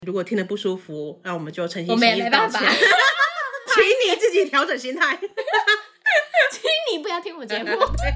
如果听得不舒服，那我们就诚心我们也没办法请你自己调整心态请你不要听我节目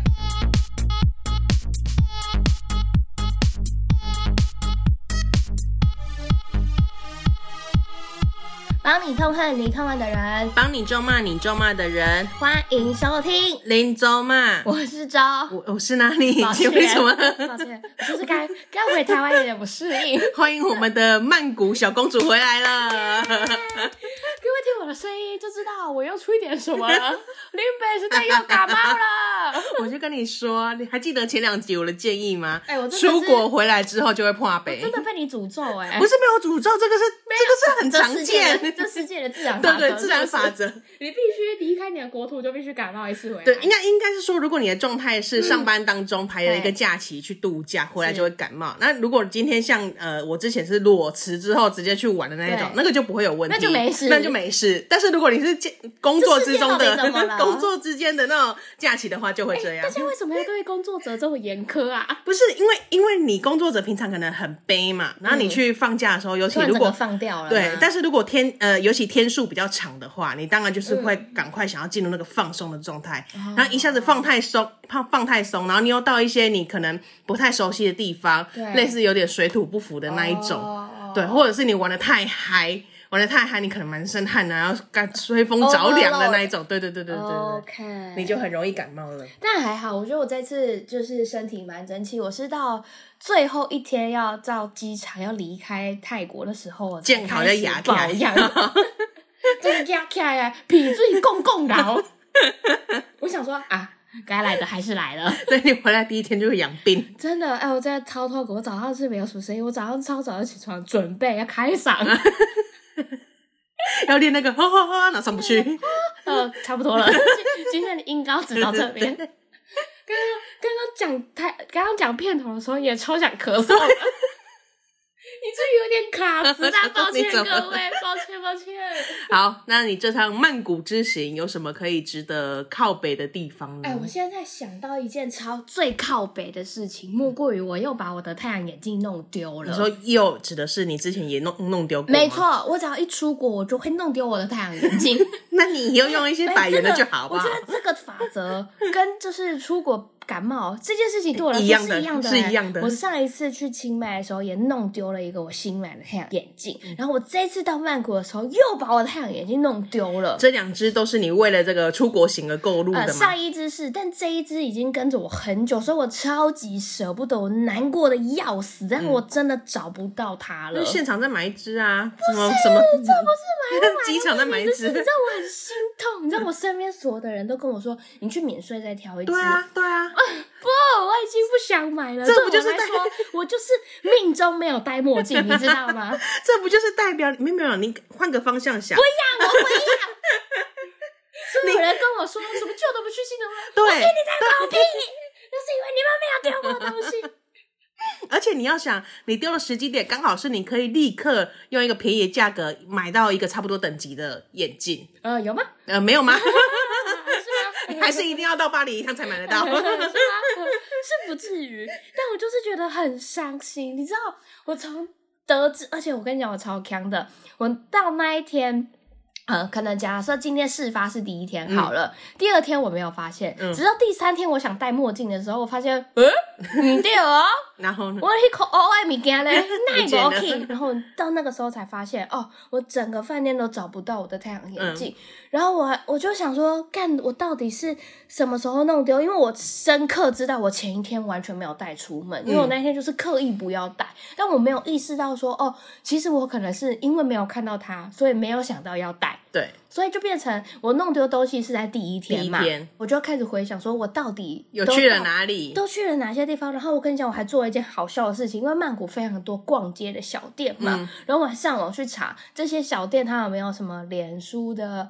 帮你痛恨你痛恨的人， 帮你咒骂你咒骂的人， 欢迎收听林咒骂。 我是周， 我是哪里？ 抱歉为什么？ 抱歉，我就是刚回台湾有点不适应欢迎我们的曼谷小公主回来了各位听我的声音就知道我又出一点什么了林北实在又感冒了我就跟你说，你还记得前2集我的建议吗？ 我真的是出国回来之后就会破北， 真的被你诅咒不是没有诅咒，这个是很常见， 这世界的自然法则， 对自然法则， 你必须离开你的国土就必须感冒一次回来。 对，应该是说，如果你的状态是上班当中排了一个假期去度假，回来就会感冒。那如果今天像我之前是裸辞之后直接去玩的那一种，那个就不会有问题，那就没事。但是如果你是工作之中的工作之间的那种假期的话，就会这样。 大家为什么要对工作者这么严苛啊？ 不是因为你工作者平常可能很悲嘛，然后你去放假的时候，尤其如果放掉了， 对，但是如果尤其天数比较长的话，你当然就是会赶快想要进入那个放松的状态，然后一下子放太松，然后你又到一些你可能不太熟悉的地方，类似有点水土不服的那一种，对，或者是你玩得太嗨，你可能满身汗然后吹风着凉的那一种，对， OK， 你就很容易感冒了。 但还好，我觉得我这次就是身体蛮争气，我是到最后一天要到机场要离开泰国的时候， 健好在牙保养这个牙起来脾水共劳我想说啊，该来的还是来了。 对，你回来第一天就会养病， 真的。我在超痛苦，我早上是没有什么声音，我早上超早就起床准备要开嗓要练那个那上不去差不多了今天的音高只到这边刚刚讲片头的时候也超想咳嗽的以至于有点卡死啦，抱歉各位，抱歉。 好，那你这趟曼谷之行有什么可以值得靠北的地方呢？ 我现在想到一件最靠北的事情，莫过于我又把我的太阳眼镜弄丢了。 你说又指的是你之前也弄丢过吗？ 没错，我只要一出国我就会弄丢我的太阳眼镜那你又用一些百元的就好吧。 我觉得这个法则跟就是出国感冒这件事情对我来说是一样的。我上一次去清迈的时候也弄丢了一个我新买的太阳眼镜，然后我这一次到曼谷的时候又把我的太阳眼镜弄丢了。 这2只都是你为了这个出国行而购入的吗？ 上一只是，但这一只已经跟着我很久，所以我超级舍不得，我难过的要死，但我真的找不到它了。 现场再买一只啊！什么？ 这不是买机场再买一只。 你知道我很心痛，你知道我身边所有的人都跟我说，你去免税再挑一只。 对啊。 不，我已经不想买了。 这不就是对我来说，我就是命中没有戴墨镜，你知道吗？ 这不就是代表没有？你换个方向想。 不要，我不要。所以有人跟我说什么旧的不去新的吗？ 对， 我给你在狗屁，就是因为你们没有丢过东西。 而且你要想，你丢的时机点刚好是你可以立刻用一个便宜的价格买到一个差不多等级的眼镜。 有吗？ 没有吗？ 是吗？ 还是一定要到巴黎一趟才买得到？ 是吗？是不至于，但我就是觉得很伤心。你知道，我从得知，而且我跟你讲，我超强的。我到那一天，可能假设今天事发是第一天好了，第2天我没有发现，直到第3天我想戴墨镜的时候，我发现，不对哦。 然后呢？ 我那口的物件咧，哪会没去？然后到那个时候才发现，我整个饭店都找不到我的太阳眼镜。然后我就想说，我到底是什么时候弄丢？因为我深刻知道我前一天完全没有带出门，因为我那天就是刻意不要带，但我没有意识到说，其实我可能是因为没有看到它，所以没有想到要带。 对， 所以就变成我弄丢东西是在第一天嘛，我就开始回想说我到底有去了哪里， 都去了哪些地方。然后我跟你讲，我还做了一件好笑的事情，因为曼谷非常多逛街的小店嘛，然后我还上网去查这些小店它有没有什么脸书的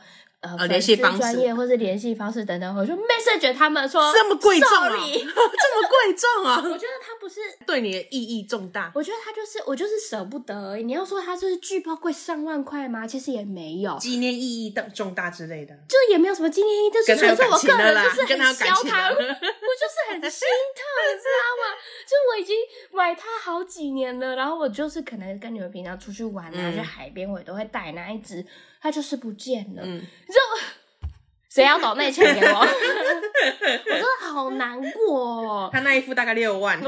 联系方式专业或是联系方式等等，我就 message 他们说这么贵重啊， sorry 这么贵重啊！ 我觉得他不是对你的意义重大， 我觉得他就是我就是舍不得而已。你要说他就是巨包贵上万块吗？其实也没有， 纪念意义重大之类的， 就也没有什么纪念意义，就是纯粹我个人就是很消他，我就是很心疼，你知道吗？就是我已经买它好几年了，然后我就是可能跟你们平常出去玩啊，去海边我也都会带那一只，它就是不见了，你知道吗？谁要抖那钱给我？我真的好难过哦。 他那一副大概6万， 我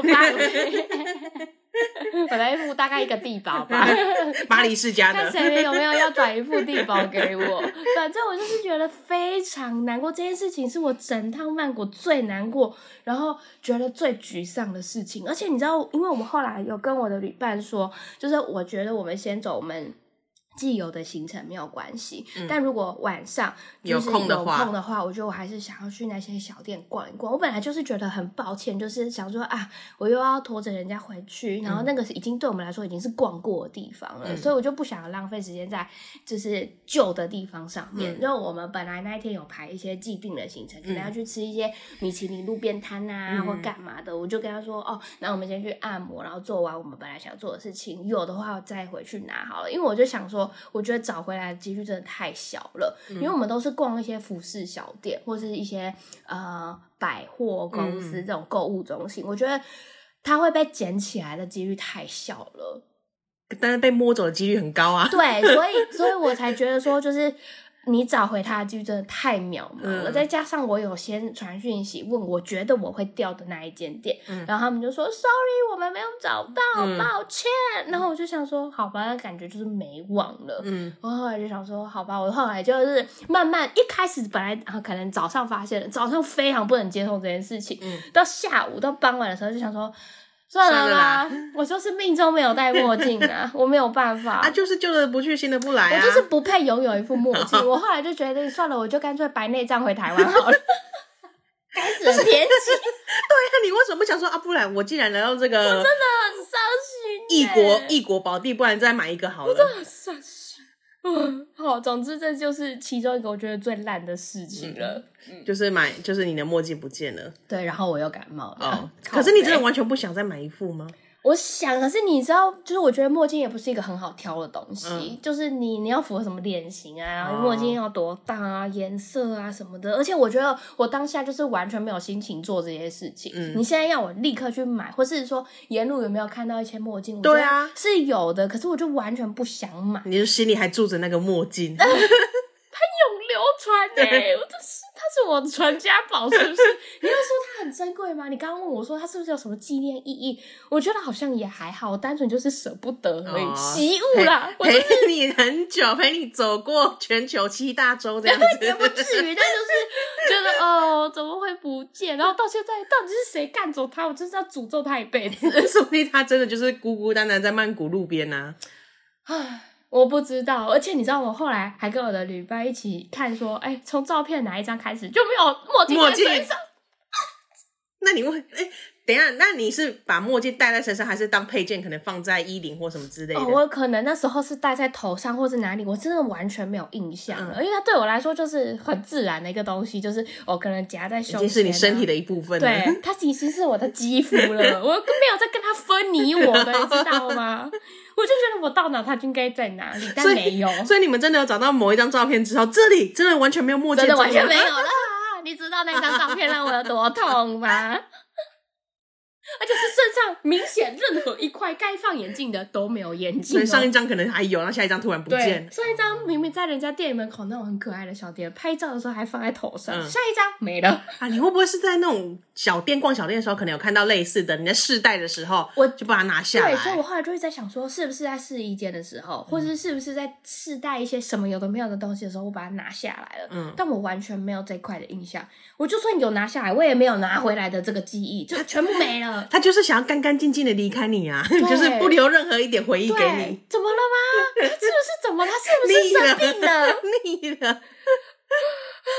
那一副大概一个地堡吧， 巴黎世家的。 看谁有没有要转一副地堡给我。反正我就是觉得非常难过，这件事情是我整趟曼谷最难过，然后觉得最沮丧的事情。而且你知道，因为我们后来有跟我的旅伴说，就是我觉得我们先走我们既有的行程没有关系，但如果晚上就是有空的话，我觉得我还是想要去那些小店逛一逛。我本来就是觉得很抱歉，就是想说啊，我又要拖着人家回去，然后那个已经对我们来说已经是逛过的地方了，所以我就不想要浪费时间在就是旧的地方上面。因为我们本来那一天有排一些既定的行程，可能要去吃一些米其林路边摊啊，或干嘛的，我就跟他说哦，那我们先去按摩，然后做完我们本来想做的事情，有的话我再回去拿好了。因为我就想说我觉得找回来的几率真的太小了，因为我们都是逛一些服饰小店或是一些百货公司这种购物中心，我觉得它会被捡起来的几率太小了， 但是被摸走的几率很高啊。 对，所以我才觉得说就是你找回它的几率真的太渺茫了，再加上我有先传讯息问我觉得我会掉的那一间店，然后他们就说 sorry 我们没有找到，抱歉，然后我就想说好吧，那感觉就是没网了，我后来就想说好吧，我后来就是慢慢一开始本来可能早上发现了，早上非常不能接受这件事情，到下午到傍晚的时候就想说算了啦，我就是命中没有戴墨镜啊，我没有办法啊，就是旧的不去，新的不来啊， 我就是不配拥有一副墨镜。我后来就觉得算了，我就干脆白内障回台湾好了。开始很偏激。对啊，你为什么不想说啊？不然我既然来到这个， 我真的很伤心异国宝地，不然再买一个好了。 我真的很伤心。好，总之这就是其中一个我觉得最烂的事情了。 就是你的墨镜不见了。 对，然后我又感冒了。 可是你真的完全不想再买一副吗？ 我想，可是你知道，就是我觉得墨镜也不是一个很好挑的东西，就是你要符合什么脸型啊，然后墨镜要多大啊，颜色啊什么的，而且我觉得我当下就是完全没有心情做这些事情。你现在要我立刻去买，或是说沿路有没有看到一些墨镜？ 对啊， 是有的，可是我就完全不想买。 你就心里还住着那个墨镜。 它永流传它是我的传家宝，是不是？你要说它很珍贵吗？你刚刚问我说它是不是有什么纪念意义？我觉得好像也还好，单纯就是舍不得而已，习物啦。 陪你很久，陪你走过全球7大洲这样子， 也不至于，但就是觉得怎么会不见？然后到现在到底是谁干走它？我真是要诅咒它一辈子。 说不定它真的就是孤孤单单在曼谷路边啊。 唉，我不知道，而且你知道我后来还跟我的旅伴一起看说，从照片哪一张开始就没有墨镜在身上。 那你问，等一下，那你是把墨镜戴在身上，还是当配件，可能放在衣领或什么之类的？ 我可能那时候是戴在头上或是哪里，我真的完全没有印象了，因为它对我来说就是很自然的一个东西，就是我可能夹在胸前， 已经是你身体的一部分了。 对，它已经是我的肌肤了，我没有在跟它分你我的，你知道吗？我就觉得我到哪它就应该在哪里，但没有。 所以你们真的有找到某一张照片之后，这里真的完全没有墨镜， 真的完全没有了。你知道那张照片让我有多痛吗？而且是身上明显任何一块该放眼镜的都没有眼镜， 所以上一张可能还有，然后下一张突然不见。 上一张明明在人家店门口那种很可爱的小店，拍照的时候还放在头上，下一张没了啊！你会不会是在那种小店逛小店的时候，可能有看到类似的？你在试戴的时候，我就把它拿下来。 对，所以我后来就会在想说，是不是在试衣间的时候，或者是不是在试戴一些什么有的没有的东西的时候，我把它拿下来了。但我完全没有这块的印象。我就算有拿下来，我也没有拿回来的这个记忆，就全部没了。 他就是想要干干净净的离开你啊，就是不留任何一点回忆给你。 怎么了吗？他是不是怎么？他是不是生病了？ 腻了。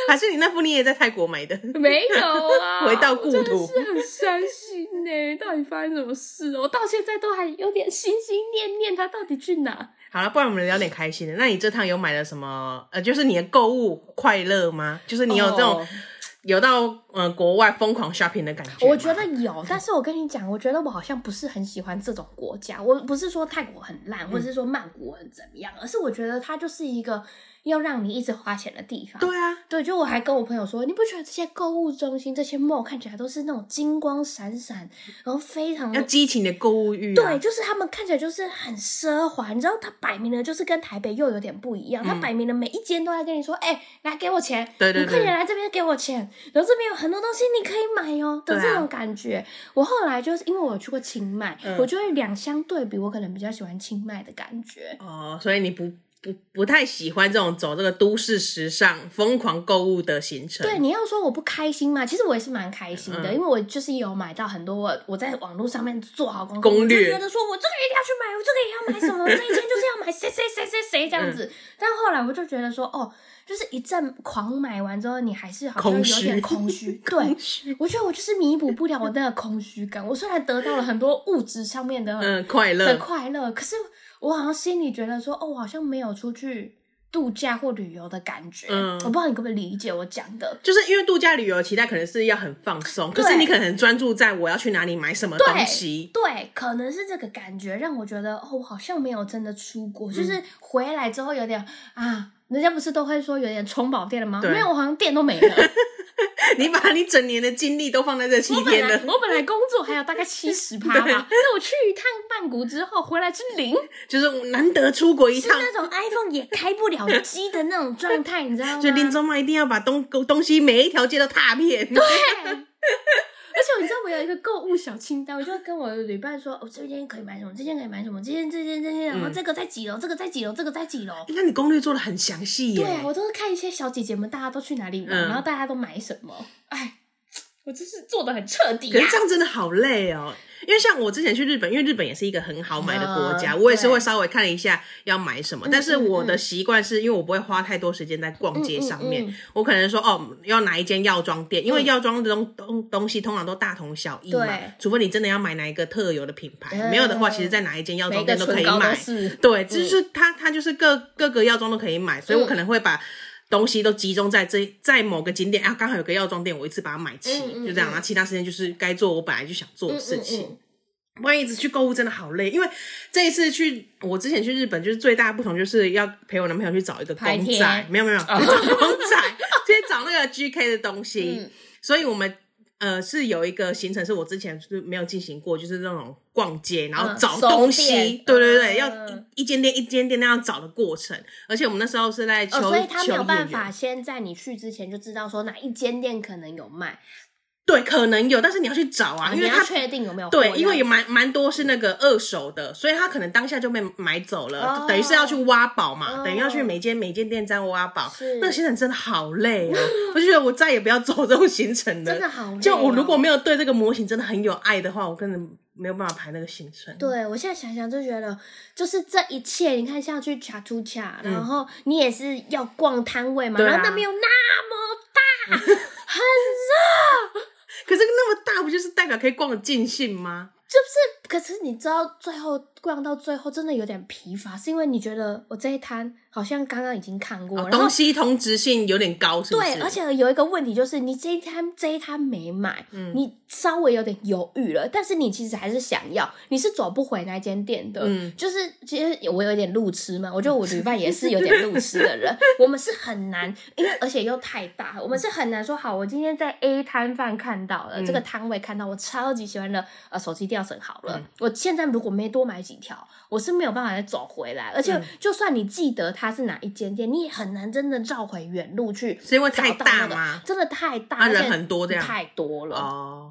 还是你那副你也在泰国买的？ 没有啊， 回到故土， 真的是很伤心欸，到底发生什么事？我到现在都还有点心心念念他到底去哪。 好了，不然我们聊点开心的。那你这趟有买了什么？就是你的购物快乐吗？就是你有这种有到国外疯狂 shopping 的感觉吗？ 我觉得有，但是我跟你讲，我觉得我好像不是很喜欢这种国家。我不是说泰国很烂，或者是说曼谷很怎么样，而是我觉得它就是一个要让你一直花钱的地方。 对啊， 对，就我还跟我朋友说，你不觉得这些购物中心、这些 mall 看起来都是那种金光闪闪，然后非常要激起你的购物欲啊。 对，就是他们看起来就是很奢华，你知道，它摆明了就是跟台北又有点不一样。它摆明了每一间都在跟你说，来给我钱， 对对对， 你快点来这边给我钱，然后这边有很多东西你可以买哦的这种感觉。我后来就是因为我有去过清迈，我觉得两相对比，我可能比较喜欢清迈的感觉。 哦，所以你不太喜欢这种走这个都市时尚疯狂购物的行程。 对，你要说我不开心嘛，其实我也是蛮开心的，因为我就是有买到很多我在网络上面做好攻略，就觉得说我这个一定要去买，我这个也要买什么，这一件就是要买谁谁谁谁谁这样子。但后来我就觉得说，就是一阵狂买完之后，你还是好像有点空虚。对，我觉得我就是弥补不了我那个空虚感。我虽然得到了很多物质上面的快乐，可是我好像心里觉得说，我好像没有出去度假或旅游的感觉。我不知道你可不可以理解我讲的， 就是因为度假旅游的期待可能是要很放松，可是你可能很专注在我要去哪里买什么东西。 对，可能是这个感觉让我觉得我好像没有真的出国，就是回来之后有点人家不是都会说有点充饱电了吗？没有，我好像电都没了。 你把你整年的精力都放在这7天了。 我本来工作还有大概70%吧，那我去一趟曼谷之后回来是0， 就是难得出国一趟， 是那种 iPhone 也开不了机的那种状态，你知道吗？ 就林中嘛一定要把东西每一条街都踏遍。 对。而且你知道我有一个购物小清单，我就会跟我的旅伴说，这件可以买什么，这件可以买什么，这件，然后这个在几楼，这个在几楼，这个在几楼。 那你攻略做得很详细耶。 对，我都是看一些小姐姐们大家都去哪里玩，然后大家都买什么。我真是做得很彻底。 可是这样真的好累哦。因为像我之前去日本，因为日本也是一个很好买的国家，我也是会稍微看了一下要买什么，但是我的习惯是因为我不会花太多时间在逛街上面，我可能说要哪一间药妆店，因为药妆的东西通常都大同小异嘛，除非你真的要买哪一个特有的品牌，没有的话，其实在哪一间药妆店都可以买。对，就是它就是各个药妆都可以买，所以我可能会把东西都集中在某个景点刚好有个药妆店，我一次把它买齐，就这样，然后其他时间就是该做我本来就想做的事情。不然一直去购物真的好累，因为这一次我之前去日本，就是最大的不同就是要陪我男朋友去找一个公仔，没有找公仔，就是找那个 GK 的东西，所以我们是有一个行程是我之前就是没有进行过，就是那种逛街然后找东西，对，要一间店一间店那样找的过程，而且我们那时候是在所以他没有办法先在你去之前就知道说哪一间店可能有卖。 对，可能有，但是你要去找啊，因为他确定有没有货。 对，因为有蛮多是那个二手的，所以他可能当下就被买走了，等于是要去挖宝嘛，等于要去每间店这样挖宝。那个行程真的好累哦，我就觉得我再也不要走这种行程了， 真的好累。 就我如果没有对这个模型真的很有爱的话，我根本没有办法排那个行程。 对，我现在想想就觉得，就是这一切，你看像去卡图卡，然后你也是要逛摊位嘛，然后那边有那么大，很热。 可是那么大不就是代表可以逛得尽兴吗？ 就是可是你知道最后逛到最后真的有点疲乏，是因为你觉得我这一摊好像刚刚已经看过， 东西同质性有点高，是不是？ 对，而且有一个问题就是你这一摊没买，你稍微有点犹豫了，但是你其实还是想要，你是走不回那间店的。就是其实我有点路痴嘛，我觉得我旅伴也是有点路痴的人，我们是很难，因为而且又太大，我们是很难说好，我今天在 A 摊贩看到了这个摊位看到我超级喜欢的手机吊绳好了，我现在如果没多买几条，我是没有办法再走回来，而且就算你记得它是哪一间店，你也很难真的绕回原路去， 是因为太大吗？ 真的太大， 人很多这样， 太多了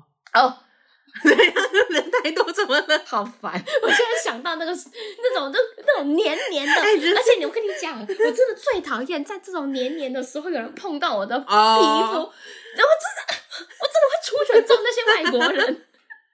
人太多怎么了？ 好烦！我现在想到那种黏黏的，而且我跟你讲，我真的最讨厌在这种黏黏的时候有人碰到我的皮肤，然后我真的会出拳揍那些外国人。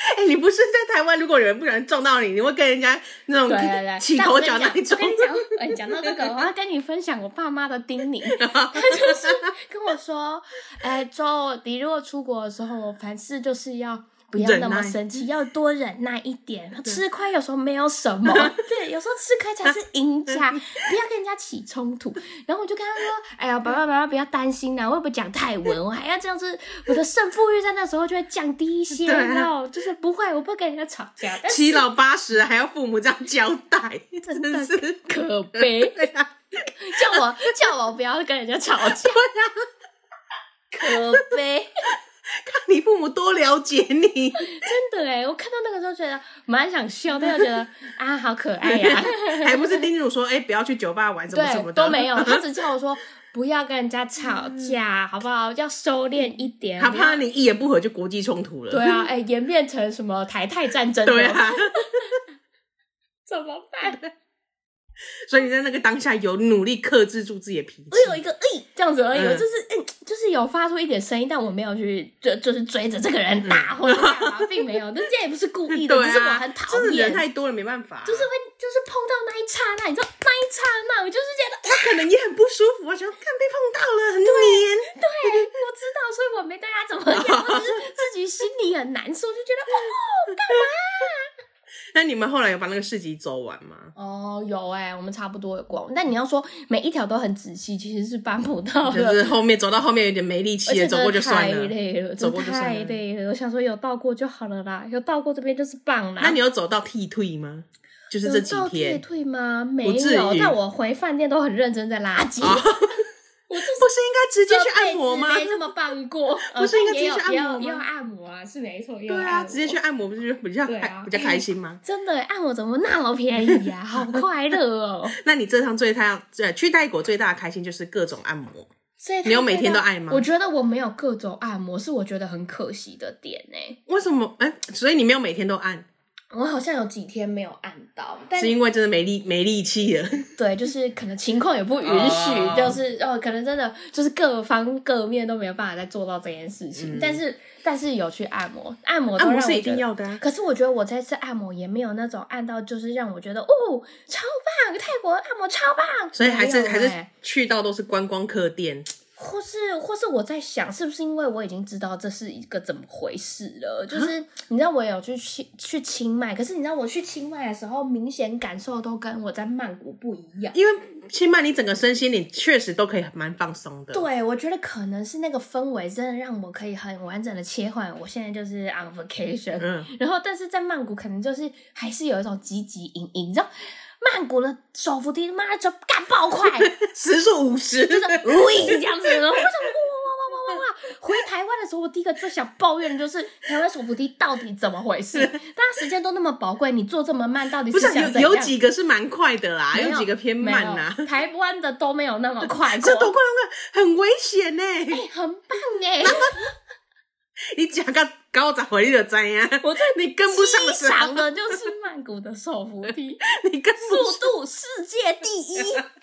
你不是在台湾，如果有人不小心撞到你，你会跟人家那种起口角那一种。 我跟你讲到这个，我要跟你分享我爸妈的叮咛，他就是跟我说，周，你如果出国的时候，凡事就是要不要那么生气，要多忍耐一点。吃亏有时候没有什么，对，有时候吃亏才是赢家，不要跟人家起冲突。然后我就跟他说：“哎呀，爸爸不要担心啦，我也不讲泰文，我还要这样子，我的胜负欲在那时候就会降低一些，就是不会，我不会跟人家吵架。 七老八十还要父母这样交代， 真的是可悲。叫我不要跟人家吵架，可悲。” 看你父母多了解你， 真的我看到那个时候觉得蛮想笑，但又觉得啊好可爱呀， 还不是叮嘱说不要去酒吧玩什么什么的， 都没有，他只叫我说不要跟人家吵架，好不好？要收敛一点， 他怕你一言不合就国际冲突了。 对啊，演变成什么台泰战争？ 对啊， 怎么办？ 所以你在那个当下有努力克制住自己的脾气。 我有一个这样子而已，我就是有发出一点声音，但我没有去就是追着这个人打或者干嘛，并没有。但这也不是故意的，只是我很讨厌。 人太多了，没办法。 就是碰到那一刹那，你知道那一刹那，我就是觉得他可能也很不舒服啊，想看被碰到了，很黏。 对，我知道，所以我没对他怎么样，我只是自己心里很难受，就觉得干嘛？ 那你们后来有把那个市集走完吗？ 有我们差不多有逛。但你要说每一条都很仔细，其实是办不到的。 就是走到后面有点没力气了，走过就算了。 太累了，走过就算了。太累了，我想说有到过就好了啦，有到过这边就是棒啦。 那你有走到剃退吗？就是这几天。有到剃退吗？没有，但我回饭店都很认真在拉筋。我不是应该直接去按摩吗？ 没这么棒过，不是应该直接去按摩吗？ 也有按摩啊，是没错。 对啊，直接去按摩不是比较开心吗？ 真的，按摩怎么那么便宜啊？好快乐哦！ 那你这趟去泰国最大的开心就是各种按摩。你有每天都按吗？ 我觉得我没有各种按摩，是我觉得很可惜的点为什么？所以你没有每天都按？ 我好像有几天没有按到，但是因为真的没力气了。 对，就是可能情况也不允许，就是可能真的就是各方各面都没有办法再做到这件事情。但是有去按摩都让我是一定要的啊。 可是我觉得我这次按摩也没有那种按到就是让我觉得超棒，泰国按摩超棒。 所以还是去到都是观光客店。 或是我在想，是不是因为我已经知道这是一个怎么回事了？就是你知道我有去清迈，可是你知道我去清迈的时候，明显感受都跟我在曼谷不一样。 因为清迈你整个身心你确实都可以蛮放松的。 对，我觉得可能是那个氛围真的让我可以很完整的切换。我现在就是 on vacation，然后但是在曼谷可能就是还是有一种汲汲营营，你知道。曼谷的手扶梯，妈的就干爆快， 时速50， 就是这样子。然后我想哇！回台湾的时候，我第一个最想抱怨的就是台湾手扶梯到底怎么回事？大家时间都那么宝贵，你坐这么慢，到底是想怎样？ 不是有几个是蛮快的啦，有几个偏慢啦。 台湾的都没有那么快过， 这多快，很危险很棒你讲个高十回你就知啊！你跟不上的时候， 长的就是曼谷的手扶梯， 你跟不上速度世界第一。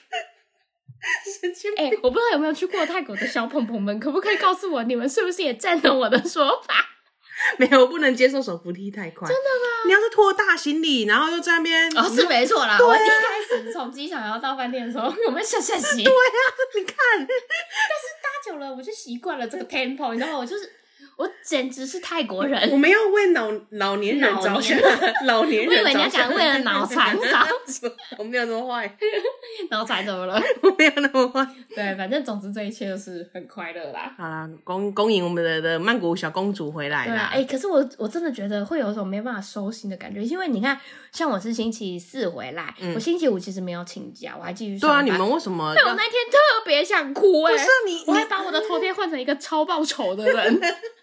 我不知道有没有去过泰国的小朋友们，可不可以告诉我，你们是不是也赞同我的说法？ 没有，我不能接受手扶梯太快。 真的吗？ 你要是拖大行李，然后又在那边是没错啦。我一开始从机场要到饭店的时候，有没有下洗？ 对啊，你看。但是搭久了，我就习惯了这个 tempo， 你知道吗？我简直是泰国人。 我们要为老年人着想，老年人着想。 我以为你要讲为了脑残着想。 我没有那么坏。 脑残怎么了？ 我没有那么坏。 对，反正总之这一切都是很快乐啦。 好啦，恭迎我们的曼谷小公主回来啦。 对啊，可是我真的觉得会有一种没办法收心的感觉，因为你看，像我是星期4回来，我星期5其实没有请假，我还继续上班。 对啊，你们为什么？ 但我那天特别想哭不是你， 我还把我的头贴换成一个超爆丑的人。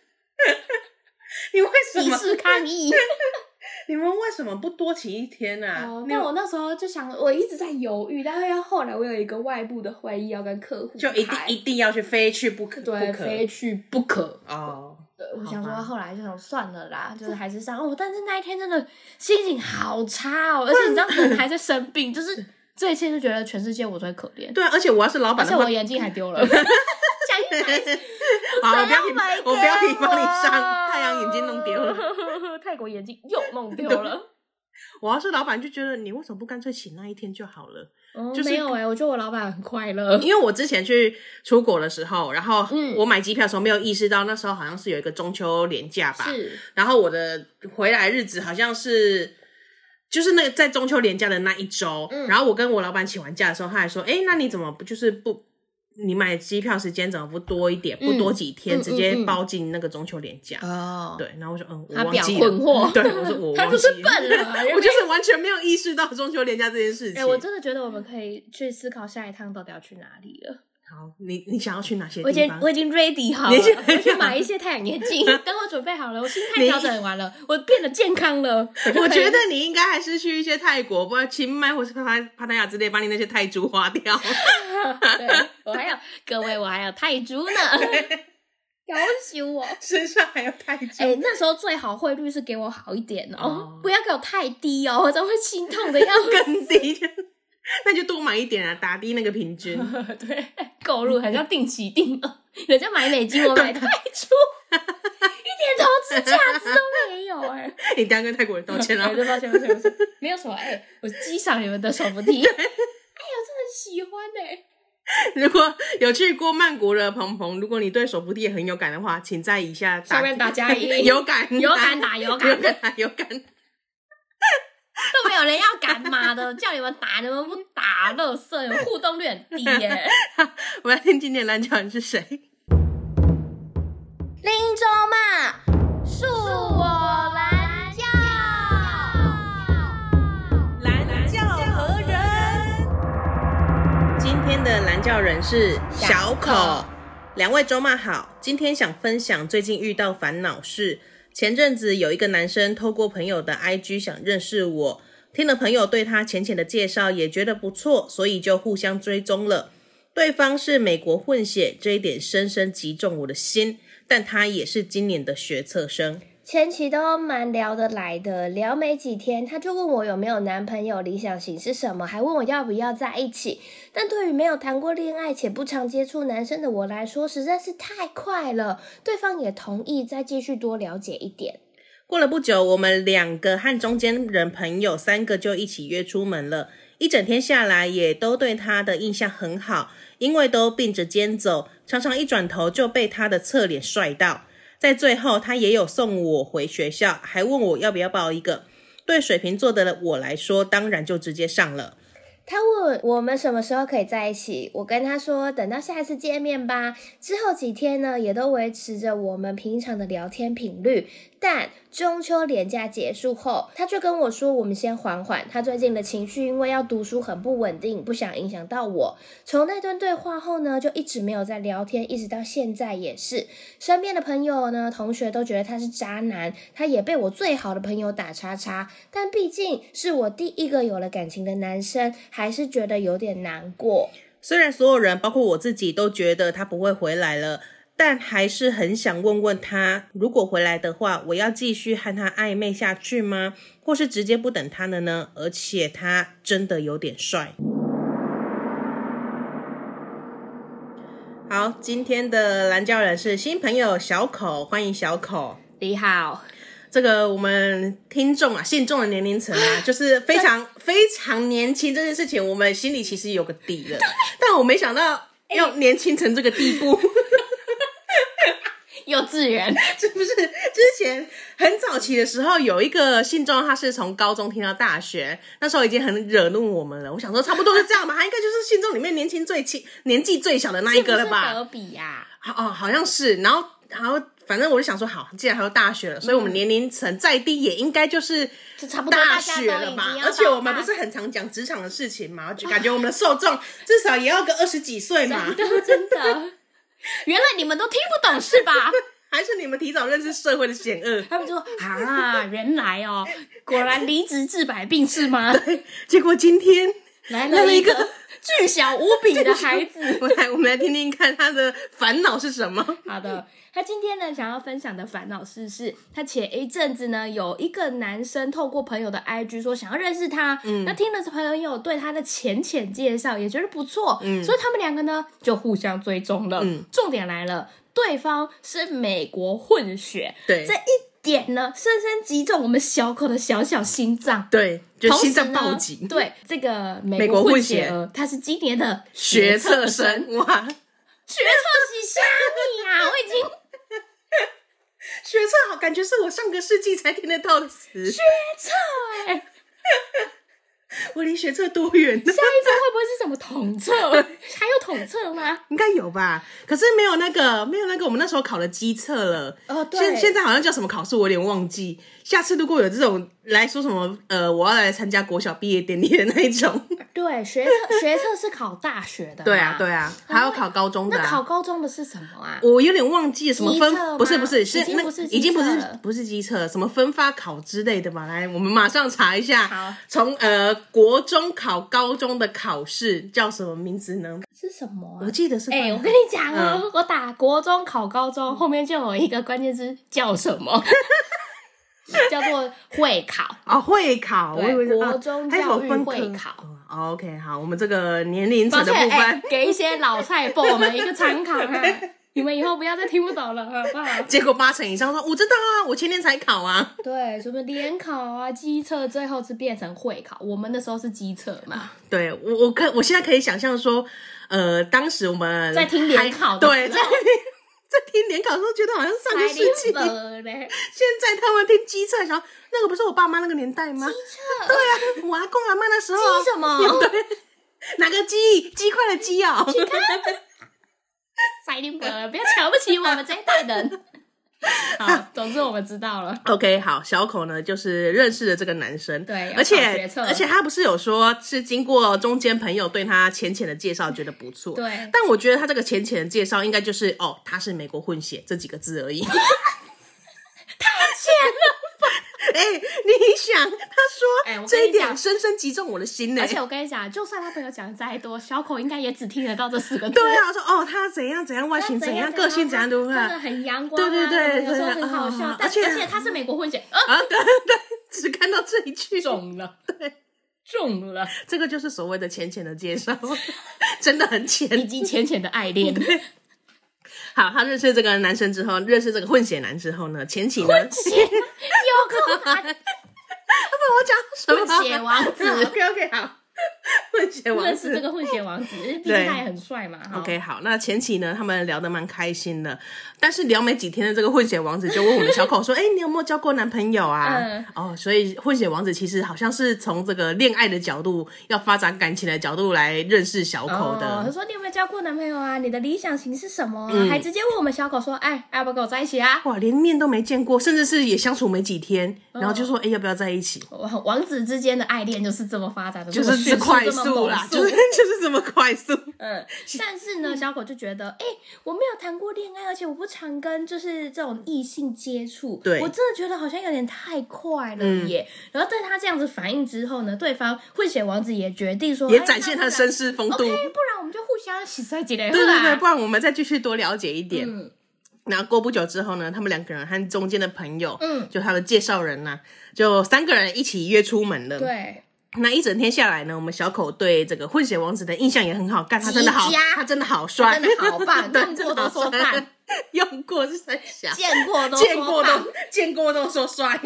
你为什么歧视抗议？ 你们为什么不多请一天啊？ 但我那时候就想，我一直在犹豫，但是后来我有一个外部的会议要跟客户， 就一定要去，非去不可。 对，非去不可。 对， 我想说，后来就想算了啦，就是还是上。但是那一天真的心情好差而且你知道，人还在生病，就是这一切就觉得全世界我最可怜。 对，而且我要是老板的话， 而且我眼镜还丢了。 讲一百次。 好，我不要帮你上，太阳眼镜弄丢了， 泰国眼镜又弄丢了。 我要是老板就觉得你为什么不干脆请那一天就好了？ 没有我觉得我老板很快乐， 因为我之前去出国的时候，然后我买机票的时候没有意识到，那时候好像是有一个中秋连假吧， 是， 然后我的回来日子好像是就是那个在中秋连假的那一周，然后我跟我老板请完假的时候，他还说，那你怎么不你买机票时间怎么不多一点，不多几天，直接包进那个中秋连假？对，然后我说我忘记了，他表困惑， 对，我说我忘记了， 他就是笨了， 我就是完全没有意识到中秋连假这件事情。 我真的觉得我们可以去思考下一趟到底要去哪里了。 好，你想要去哪些地方？ 我已经 ready 好了，我去买一些太阳眼镜，等我准备好了，我心态调整完了，我变得健康了。 我觉得你应该还是去一些泰国，不然清迈或是帕塔亚之类，把你那些泰铢花掉。 对，各位，我还有泰铢呢。要求我身上还有泰铢， 那时候最好汇率是给我好一点不要给我太低我真会心痛的要更低。那就多买一点啊，打低那个平均。 对，购入很像定期定额，人家买美金，我买泰铢，一点投资价值都没有你等一下跟泰国人道歉了。 抱歉，没有什么我激赏你们的手扶梯。我真的很喜欢如果有去过曼谷的鹏鹏，如果你对手扶梯也很有感的话，请在以下上面打加一， 有感打。都没有人要赶嘛的，叫你们打，你们不打，垃圾，你们互动率很低耶。 我们来听今天蓝教人是谁？ 林州嘛，恕我蓝教， 蓝教何人？今天的蓝教人是小口。两位周妈好，今天想分享最近遇到烦恼事。前阵子有一个男生透过朋友的 IG 想认识我，听了朋友对他浅浅的介绍也觉得不错，所以就互相追踪了。对方是美国混血，这一点深深击中我的心，但他也是今年的学测生。 前期都蛮聊得来的，聊没几天他就问我有没有男朋友，理想型是什么，还问我要不要在一起。但对于没有谈过恋爱且不常接触男生的我来说，实在是太快了，对方也同意再继续多了解一点。 过了不久，我们2个和中间人朋友3个就一起约出门了，一整天下来也都对他的印象很好，因为都并着肩走，常常一转头就被他的侧脸帅到。在最后他也有送我回学校，还问我要不要报一个。对水瓶座的我来说，当然就直接上了。 他问我们什么时候可以在一起，我跟他说等到下一次见面吧。之后几天呢，也都维持着我们平常的聊天频率。但中秋连假结束后，他就跟我说我们先缓缓，他最近的情绪因为要读书很不稳定，不想影响到我。从那段对话后呢，就一直没有在聊天，一直到现在也是。身边的朋友呢，同学都觉得他是渣男，他也被我最好的朋友打叉叉。但毕竟是我第一个有了感情的男生，还是觉得有点难过。 虽然所有人包括我自己都觉得他不会回来了，但还是很想问问他，如果回来的话，我要继续和他暧昧下去吗？或是直接不等他了呢？而且他真的有点帅。好，今天的蓝教人是新朋友小口，欢迎小口。 你好。 这个我们听众啊，信众的年龄层啊，就是非常非常年轻，这件事情我们心里其实有个底了，但我没想到要年轻成这个地步。 幼稚园是不是？之前很早期的时候，有一个信众，他是从高中听到大学，那时候已经很惹怒我们了。我想说，差不多是这样吧，他应该就是信众里面年纪最小的那一个了吧？ 是不是德比呀？ 好像是。然后反正我就想说，好，既然还有大学了，所以我们年龄层再低也应该就是差不多大学了吧？而且我们不是很常讲职场的事情嘛，就感觉我们的受众至少也要个20几岁嘛。 真的。原来你们都听不懂是吧？ 还是你们提早认识社会的险恶？ 他们就说原来果然离职治百病是吗？ 对，结果今天来了一个巨小无比的孩子。 我们来听听看他的烦恼是什么。 好的，他今天呢想要分享的烦恼是他前一阵子呢有一个男生透过朋友的 IG 说想要认识他，那听了朋友对他的浅介绍也觉得不错，所以他们两个呢就互相追踪了。重点来了，对方是美国混血， 对， 这一点呢深深击中我们小口的小心脏， 对，就心脏暴击。 对，这个美国混血儿他是今年的学测生，哇， 学测是虾米啊，我已经学测好，感觉是我上个世纪才听得到的词。 学测我离学测多远呢？ 下一分会不会是什么统测？还有统测吗？ 应该有吧，可是没有那个我们那时候考的基测了。 对， 现在好像叫什么考试，我有点忘记。下次如果有这种来说什么我要来参加国小毕业典礼的那一种。 对，学测是考大学的。 对啊，还要考高中的。 那考高中的是什么啊？ 我有点忘记什么分，不是已经不是基测，什么分发考之类的吧？来，我们马上查一下。 好， 从国中考高中的考试叫什么名字呢？ 是什么啊？ 我记得是。 我跟你讲哦，我打国中考高中后面就有一个关键字叫什么？叫做会考。 会考。 对，国中教育会考。 OK， 好，我们这个年龄层的部分， 给一些老菜包我们一个参考哈。你们以后不要再听不懂了，好不好？ 结果80%以上说我知道啊，我前年才考啊。 对，什么联考啊、基测，最后是变成会考。我们那时候是基测嘛。 对，我现在可以想象说，当时我们在听联考的时候， 对，在听联考的时候，觉得好像上个世纪。现在他们听基测，想那个不是我爸妈那个年代吗？ 基测。 对啊，我阿公阿嬷那时候。 基什么？ 对，哪个鸡？鸡块的鸡哦。 塞林伯，不要瞧不起我们这一代人。好，总之我们知道了。 OK， 好，小口呢就是认识了这个男生， 对， 而且他不是有说是经过中间朋友对他浅的介绍，觉得不错。 对， 但我觉得他这个浅的介绍应该就是他是美国混血这几个字而已。太浅了。 你想，他说这一点深深击中我的心呢。 而且我跟你讲，就算他朋友讲再多，小口应该也只听得到这4个字。 对啊，说他怎样怎样，外形怎样，个性怎样，对不对？ 真的很阳光， 对， 有时候很好笑。而且他是美国混血对，只看到这一句中了， 对， 中了。 这个就是所谓的浅的介绍，真的很浅， 以及浅的爱恋。 好，他认识这个男生之后，认识这个混血男之后呢，前期呢， 混血有口难， 我讲什么？ 混血王子。 OK， 好，混血王子， 认识这个混血王子，毕竟他也很帅嘛。 OK， 好，那前期呢，他们聊得蛮开心的，但是聊没几天的这个混血王子就问我们小口说：“你有没有交过男朋友啊？”所以混血王子其实好像是从这个恋爱的角度，要发展感情的角度来认识小口的。 他说：“你有没有交过男朋友啊？你的理想型是什么？”还直接问我们小口说：“要不要跟我在一起啊？” 哇，连面都没见过，甚至是也相处没几天，然后就说：“要不要在一起？” 王子之间的爱恋就是这么发展的， 就是快速啦，就是这么快速。 但是呢，小口就觉得，我没有谈过恋爱，而且我不常跟就是这种异性接触， 对， 我真的觉得好像有点太快了耶。然后在他这样子反应之后呢，对方混血王子也决定说， 也展现他的绅士风度。 不然我们就互相洗帅几类， 对，不然我们再继续多了解一点。然后过不久之后呢，他们2个人和中间的朋友，就他的介绍人啊，就3个人一起约出门了。 对。 那一整天下来呢，我们小口对这个混血王子的印象也很好，干他真的好，他真的好帅， 真的好棒，用过都说赞， 用过是三小， 见过都说棒， 见过都说帅。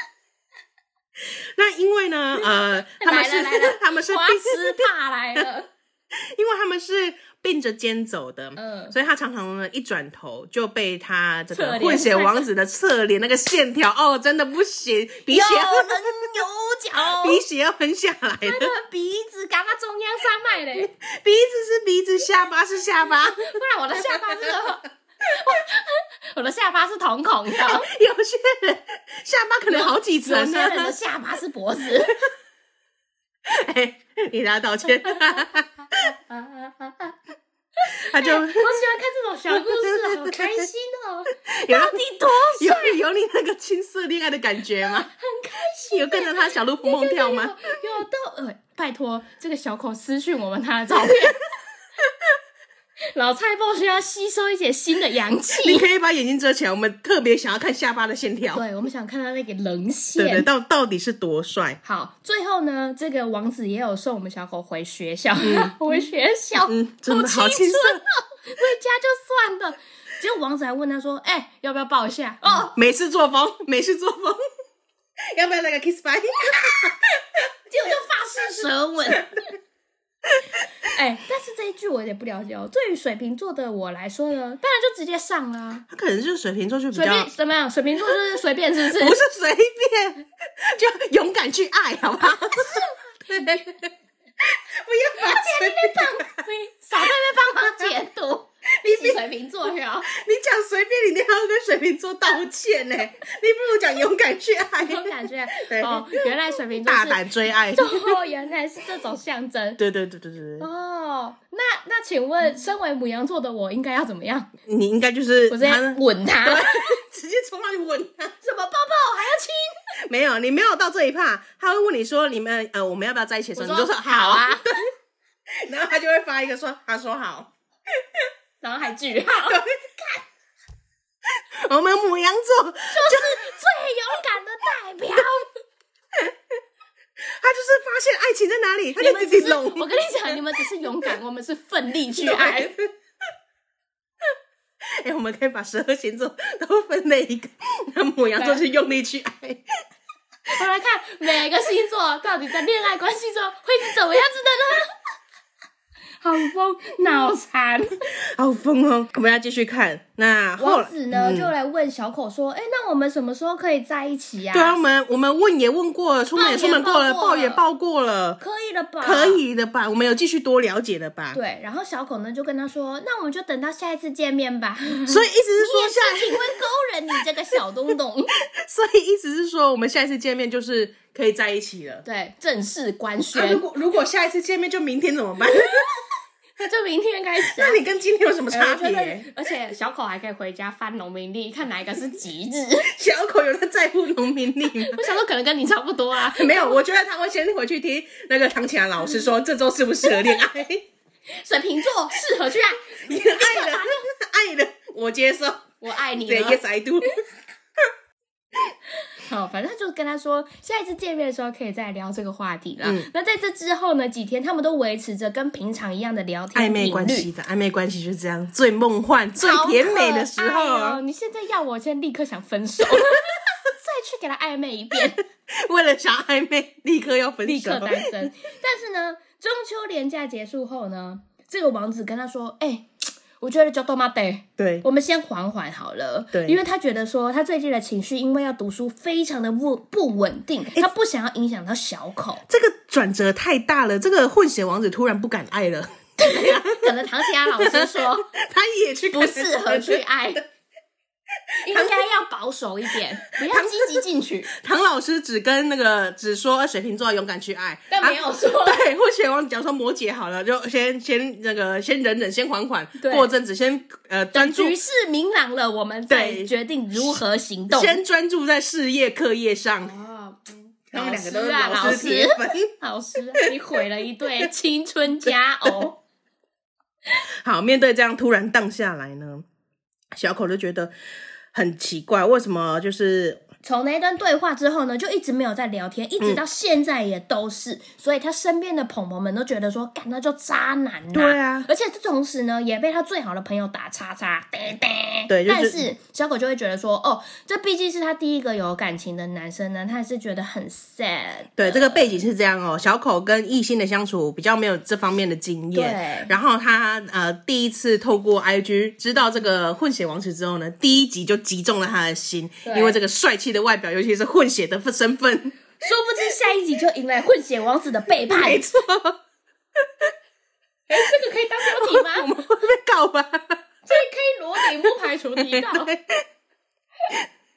那因为呢，他们是花痴怕来了， 因为他们是并着肩走的，所以他常常呢一转头就被他这个混血王子的侧脸那个线条真的不行，鼻血有棱有角， 鼻血要喷下来了， 他的鼻子刚刚中央山脉嘞， 鼻子是鼻子，下巴是下巴，不然我的下巴是我的下巴是瞳孔的， 有些人下巴可能好几层呢， 有些人的下巴是脖子。 你给他道歉。他就我喜欢看这种小故事，好开心哦！到底多帅？有你那个青涩恋爱的感觉吗？ 很开心， 有跟着他小鹿碰碰跳吗？ 有到拜托这个小口私讯我们他的照片。老菜包需要吸收一些新的阳气， 你可以把眼睛遮起来，我们特别想要看下巴的线条。 对，我们想看到那个棱线。 对对，到底是多帅。 好，最后呢，这个王子也有送我们小狗回学校，回学校， 真的好青涩哦，回家就算了。结果王子还问他说：“要不要抱一下？”哦， 美式作风，美式作风，要不要来个 kiss bye？ 结果就发式舌吻。但是这一句我有点不了解哦。对于水瓶座的我来说呢，当然就直接上啦。 他可能就是水瓶座就比较随便怎么样？水瓶座就是随便，是不是？ 不是随便，就勇敢去爱，好不好？不要把随便少在那帮忙解读。你是水瓶座哟， 你讲随便，你还要跟水瓶座道歉呢。你不如讲勇敢去爱， 勇敢去爱。哦，原来水瓶座大胆追爱。 哦，原来是这种象征。 对。 哦，那请问，身为牡羊座的我应该要怎么样？ 你应该就是我直接吻他， 直接冲上去吻他。 什么抱抱还要亲？ 没有，你没有到这一趴。他会问你说：“我们要不要在一起？”的时候，你就说好啊。 对，然后他就会发一个说：“他说好。” 然后还句号。 我们牡羊座就是最勇敢的代表。 他就是发现爱情在哪里，他就自己弄。 我跟你讲，你们只是勇敢，我们是奋力去爱。 我们可以把12星座都分类一个，那牡羊座是用力去爱。 我来看每个星座到底在恋爱关系中会是怎么样子的呢？好疯，脑残， 好疯哦！我们要继续看。那王子呢，就来问小口说：“那我们什么时候可以在一起呀？” 对啊，我们问也问过了，出门也出门过了，报也报过了， 可以了吧？ 可以的吧？我们有继续多了解了吧？ 对，然后小口呢就跟他说：“那我们就等到下一次见面吧。” 所以意思是说， 你也是挺会勾人，你这个小东东。 所以意思是说，我们下一次见面就是可以在一起了。 对，正式官宣。 如果下一次见面就明天怎么办？ 那就明天开始。 那你跟今天有什么差别？ 而且小口还可以回家翻农民历，看哪一个是吉日。 小口有在在乎农民历吗？ 我想说可能跟你差不多啊。 没有，我觉得他会先回去听那个唐启阳老师说这周适不适合恋爱。 水瓶座适合去爱， 爱了，我接受， 我爱你了。 Yes I do。 好，反正就跟他说，下一次见面的时候可以再聊这个话题了。那在这之后呢，几天他们都维持着跟平常一样的聊天暧昧关系的暧昧关系就是这样，最梦幻、最甜美的时候。 你现在要我，现在立刻想分手，再去给他暧昧一遍。 为了想暧昧，立刻要分手， 立刻单身。但是呢，中秋连假结束后呢，这个王子跟他说：“我觉得就多妈得， 对， 我们先缓缓好了。对，因为他觉得说他最近的情绪因为要读书非常的不稳定，他不想要影响到小口。 这个转折太大了，这个混血王子突然不敢爱了。 可能唐启阳老师说他也去不适合去爱。应该要保守一点，不要积极进取。 唐老师只说水瓶座勇敢去爱， 但没有说对。混血王子讲说摩羯好了，就先忍忍，先缓缓，过阵子先专注。 局势明朗了，我们再决定如何行动。 先专注在事业课业上。他们两个都是老师铁粉。 老师，你毁了一对青春佳偶。 好，面对这样突然荡下来呢，小口就觉得很奇怪，为什么就是从那段对话之后呢，就一直没有在聊天，一直到现在也都是，所以他身边的朋友们都觉得说，干，那就渣男啊。 对啊， 而且这同时呢，也被他最好的朋友打叉叉， 对， 但是小狗就会觉得说，这毕竟是他第一个有感情的男生呢，他还是觉得很 sad。 对，这个背景是这样哦，小口跟异性的相处比较没有这方面的经验， 对。 然后他第一次透过 IG 知道这个混血王子之后呢，第一集就击中了他的心，因为这个帅气的外表，尤其是混血的身份，殊不知下一集就迎来混血王子的背叛。 没错。 这个可以当标题吗？ 我们会被告吧？ 这可以裸顶，不排除提到。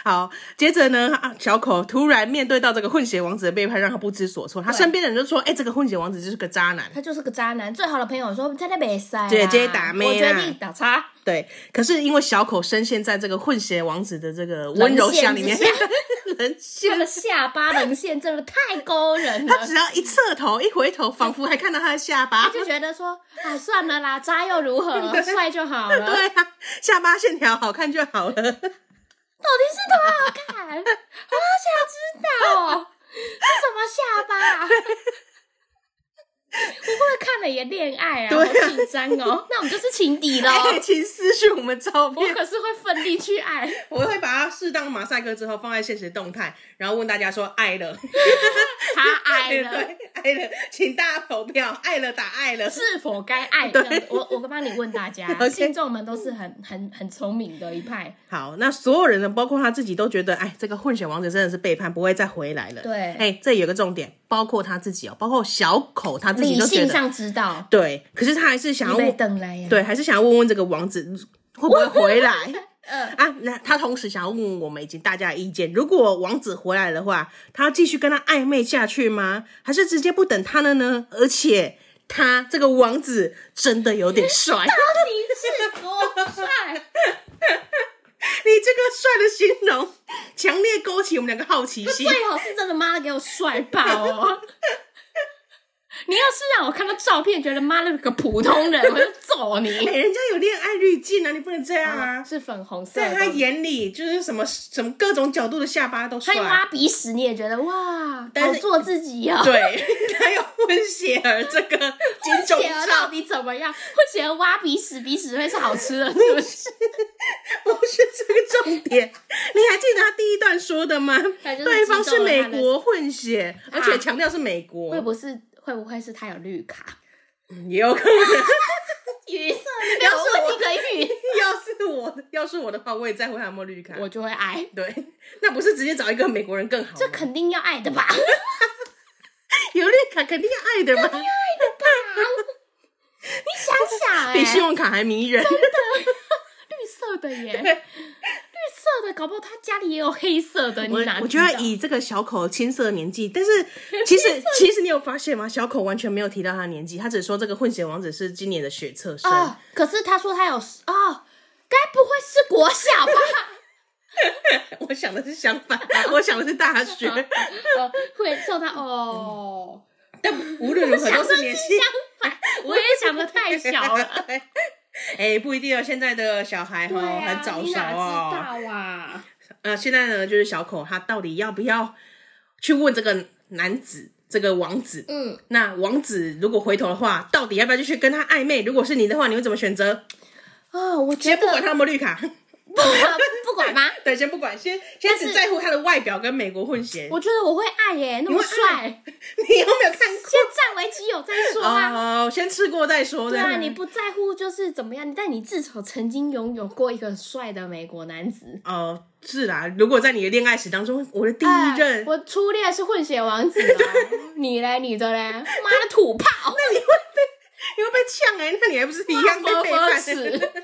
好，接着呢，小口突然面对到这个混血王子的背叛，让他不知所措。他身边的人就说：“这个混血王子就是个渣男， 他就是个渣男。”最好的朋友说：“在那没塞， 直接打妹， 我决定打叉。” 对，可是因为小口深陷在这个混血王子的这个温柔乡里面，人他的下巴棱线真的太勾人了。 他只要一侧头一回头，仿佛还看到他的下巴， 他就觉得说：“算了啦，渣又如何？帅就好了。” 对啊，下巴线条好看就好了。到底是多好看？我好想知道是什么下巴。我会不会看了也恋爱啊？好紧张哦！那我们就是情敌咯。 请私讯我们照片， 我可是会奋力去爱。 我会把它适当马赛克之后放在现实动态，然后问大家说爱了， 他爱了， 对，爱了，请大家投票，爱了打爱了， 是否该爱？对，我帮你问大家，信众们都是很聪明的一派。 好，那所有人呢，包括他自己都觉得，这个混血王子真的是背叛，不会再回来了。 对， 这有个重点，包括他自己包括小口他自己都觉得理性上知道， 对，可是他还是想要对，还是想要问问这个王子会不会回来。那他同时想要问我们以及大家的意见，如果王子回来的话，他要继续跟他暧昧下去吗？还是直接不等他了呢？而且他这个王子真的有点帅，到底是多帅？ 你这个帅的形容强烈勾起我们两个好奇心， 最好是真的妈给我帅爆哦。你要是让我看到照片觉得妈那个普通人，我就揍你。 人家有恋爱滤镜啊，你不能这样啊。 是粉红色在他眼里就是什么各种角度的下巴都帅。 他挖鼻屎你也觉得哇，好做自己哦。 对，他有混血儿这个金钟罩到底怎么样？混血儿挖鼻屎，鼻屎会是好吃的，是不是？ 不是这个重点。你还记得他第一段说的吗？对方是美国混血，而且强调是美国。 会不会是他有绿卡？ 也有可能。 语塞，你要问你可以语塞。 要是我的话，我也在乎他有没有绿卡， 我就会爱。 对，那不是直接找一个美国人更好吗？ 这肯定要爱的吧？ 有绿卡肯定要爱的吧？ 肯定要爱的吧？你想想， 比信用卡还迷人。 真的，绿色的耶。绿色的，搞不好他家里也有黑色的。 我觉得以这个小口青涩的年纪，但是其实你有发现吗？小口完全没有提到他的年纪，他只说这个混血王子是今年的学测生。 可是他说他有该不会是国小吧？ 我想的是相反，我想的是大学。 会受他但无论如何都是年纪相反，我也想的太小了。 不一定哦，现在的小孩很早熟哦。你哪知道啊？ 现在呢，就是小口他到底要不要去问这个男子，这个王子？那王子如果回头的话，到底要不要继续跟他暧昧？如果是你的话，你会怎么选择？ 我觉得先不管他有没有绿卡。 不管吗？ 对，先不管，先只在乎他的外表跟美国混血。 我觉得我会爱耶，那么帅。 你有没有看过？ 先占为己有再说啊。 先吃过再说。 对啊，你不在乎就是怎么样，但你至少曾经拥有过一个帅的美国男子。 是啦，如果在你的恋爱史当中，我的第一任， 我初恋是混血王子你嘞，你的嘞，妈的土炮。 那你会被呛那你还不是一样被背叛？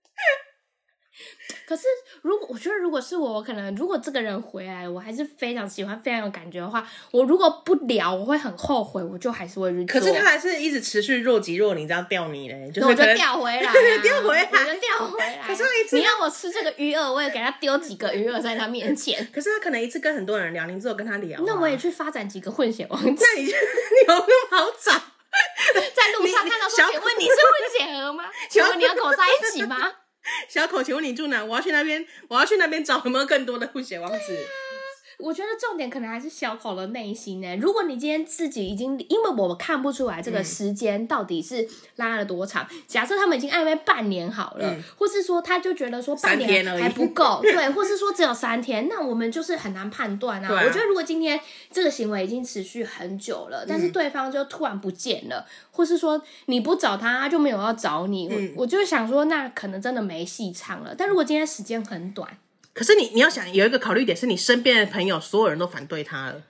可是我觉得如果是我可能如果这个人回来我还是非常喜欢非常有感觉的话，我如果不聊我会很后悔，我就还是会去做。 可是他还是一直持续若即若离这样钓你嘞，就是我就钓回来钓回来， 我就钓回来。可是你要我吃这个鱼饵，我也给他丢几个鱼饵在他面前。 可是他可能一次跟很多人聊，你只有跟他聊那我也去发展几个混血王子。 那你有那么好找？ 在路上看到说，请问你是混血儿吗？请问你要跟我在一起吗？ 小口，请问你住哪？我要去那边找有没有更多的混血王子。 我觉得重点可能还是小口的内心如果你今天自己已经，因为我们看不出来这个时间到底是拉了多长，假设他们已经暧昧半年好了，或是说他就觉得说半年还不够，对，或是说只有3天，那我们就是很难判断我觉得如果今天这个行为已经持续很久了，但是对方就突然不见了，或是说你不找他，他就没有要找你，我就想说那可能真的没戏唱了。但如果今天时间很短， 可是你要想有一个考虑点是你身边的朋友所有人都反对他了，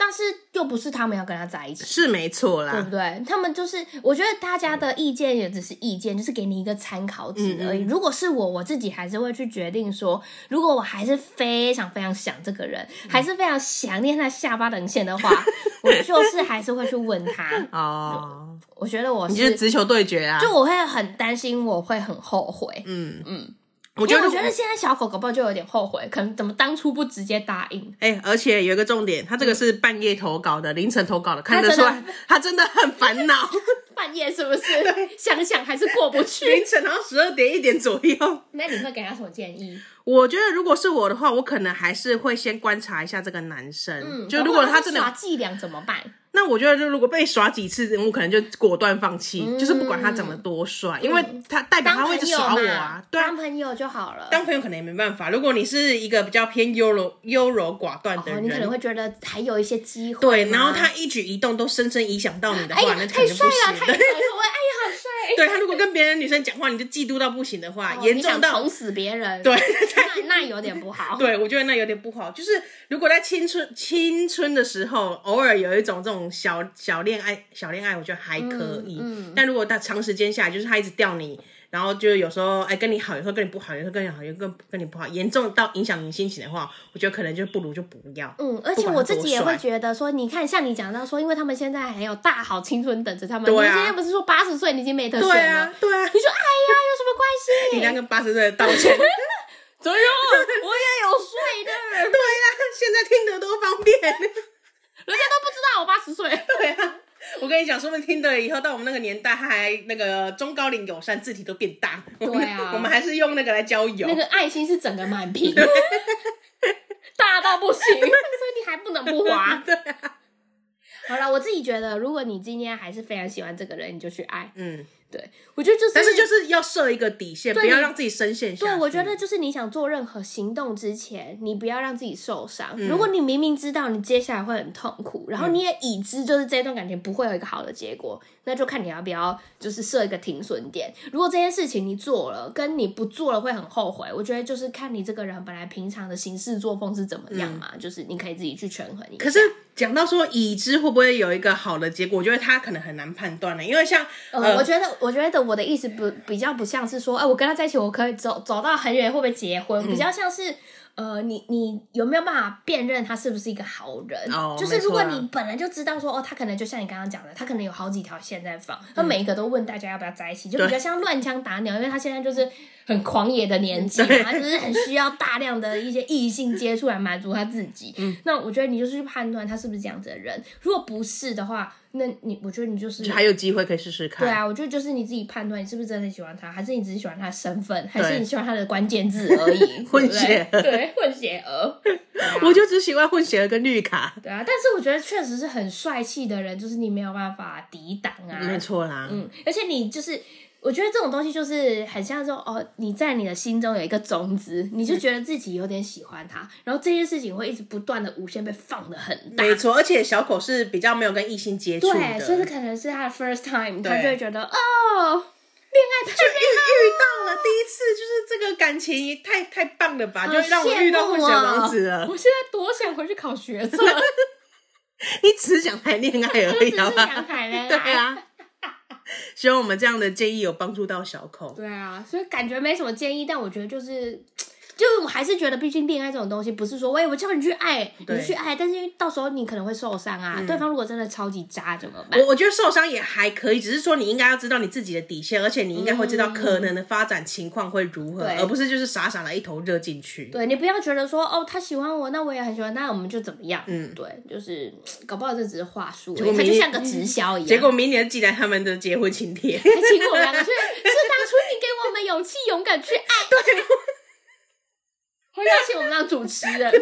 但是又不是他们要跟他在一起， 是没错啦， 对不对？他们就是我觉得大家的意见也只是意见，就是给你一个参考值而已。如果是我自己还是会去决定说，如果我还是非常非常想这个人，还是非常想念他下巴棱线的话，我就是还是会去问他。 哦， 我觉得你就是直球对决啊， 就我会很担心，我会很后悔。我觉得现在小狗搞不好就有点后悔，可能怎么当初不直接答应。 而且有一个重点，他这个是半夜投稿的，凌晨投稿的，看得出来他真的很烦恼。 半夜是不是？想想还是过不去。 凌晨然后12点1点左右。 那你会给他什么建议？ 我觉得如果是我的话，我可能还是会先观察一下这个男生。就如果他真的耍伎俩怎么办？ 那我觉得，就如果被耍几次，我可能就果断放弃，就是不管他长得多帅，因为他代表他会一直耍我啊。对啊， 当朋友就好了。 当朋友可能也没办法。如果你是一个比较偏优柔寡断的人， 你可能会觉得还有一些机会。 对，然后他一举一动都深深影响到你的话，那可能不行。 太帅了，太帅了！好帅。 对，他如果跟别的女生讲话，你就嫉妒到不行的话，严重到捅死别人。 对， 那有点不好。 对，我觉得那有点不好。就是如果在青春的时候，偶尔有一种这种小恋爱，我觉得还可以。但如果他长时间下来，就是他一直吊你，然后就有时候跟你好，有时候跟你不好，有时候跟你好，有时候跟你不好，严重到影响你心情的话，我觉得可能就不如就不要。 而且我自己也会觉得说，你看，像你讲到说，因为他们现在还有大好青春等着他们。 对啊， 你现在不是说80岁你已经没得选了？ 对啊。 你说哎呀，有什么关系？ 你刚跟80岁的道歉。 怎样？我也有睡的。 对啊，现在听得多方便，人家都不知道我80岁。 对啊，我跟你讲，说不定听得以后到我们那个年代，还那个中高龄友善字体都变大。 对啊， 我们还是用那个来交友， 那个爱心是整个满屏，大到不行，所以你还不能不滑。 对啊。 好了，我自己觉得，如果你今天还是非常喜欢这个人，你就去爱。对，我觉得但是就是要设一个底线，不要让自己深陷下去。 对，我觉得就是你想做任何行动之前，你不要让自己受伤。如果你明明知道你接下来会很痛苦，然后你也已知就是这段感情不会有一个好的结果，那就看你要不要就是设一个停损点。如果这件事情你做了，跟你不做了会很后悔，我觉得就是看你这个人本来平常的行事作风是怎么样嘛，就是你可以自己去权衡一下。 可是讲到说已知会不会有一个好的结果，我觉得他可能很难判断了，因为像我觉得我的意思比较不像是说，我跟他在一起，我可以走到很远，会不会结婚？比较像是你有没有办法辨认他是不是一个好人？就是如果你本来就知道说，他可能就像你刚刚讲的，他可能有好几条线在放，他每一个都问大家要不要在一起，就比较像乱枪打鸟，因为他现在就是很狂野的年纪嘛，他就是很需要大量的一些异性接触来满足他自己。那我觉得你就是去判断他是不是这样子的人，如果不是的话，那我觉得你就是还有机会可以试试看。 对啊，我觉得就是你自己判断你是不是真的喜欢他，还是你只是喜欢他的身份，还是你喜欢他的关键字而已。 混血儿， 对，混血儿。 我就只喜欢混血儿跟绿卡。 对啊，但是我觉得确实是很帅气的人，就是你没有办法抵挡啊。 没错啦。 而且你就是。我觉得这种东西就是很像说你在你的心中有一个种子，你就觉得自己有点喜欢他，然后这件事情会一直不断的无限被放得很大。 没错，而且小口是比较没有跟异性接触的， 对，所以这可能是他的 first time， 他就会觉得恋爱太就遇到了第一次，就是这个感情也太棒了吧，就让我遇到混血王子了。 我现在多想回去考学测。 你只是想谈恋爱而已，好吧？ 只是想谈恋爱。 对啊。希望我们这样的建议有帮助到小口。 对啊，所以感觉没什么建议，但我觉得就是我还是觉得，毕竟恋爱这种东西，不是说我叫你去爱，你就去爱，但是到时候你可能会受伤啊。对方如果真的超级渣怎么办？ 我觉得受伤也还可以，只是说你应该要知道你自己的底线，而且你应该会知道可能的发展情况会如何，而不是就是傻傻的一头热进去。 对，你不要觉得说他喜欢我，那我也很喜欢，那我们就怎么样？对，就是搞不好这只是话术，它就像个直销一样。 结果明年寄来他们的结婚请帖， 还请我们两个去，是当初你给我们勇气，勇敢去爱。 对。 会邀请我们当主持人，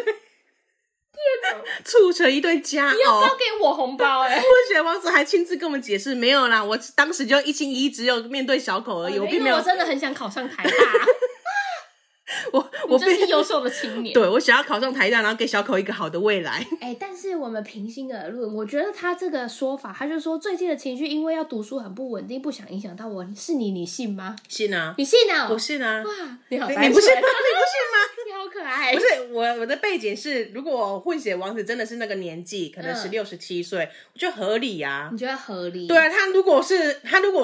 促成一对佳偶。 你要不要给我红包？混血王子还亲自跟我们解释，没有啦，我当时就一心一意只有面对小口而已，我并没有。 因为我真的很想考上台大。 我真是优秀的青年。 对，我想要考上台大，然后给小口一个好的未来。 但是我们平心而论，我觉得他这个说法，他就说最近的情绪因为要读书很不稳定，不想影响到我，是你信吗？ 信啊。 你信啊？ 我信啊。 哇，你好， 你不信吗？你不信吗？ 你好可爱。 不是我的背景是，如果混血王子真的是那个年纪，可能16、17岁，我觉得合理啊。 你觉得合理？ 对啊，他如果是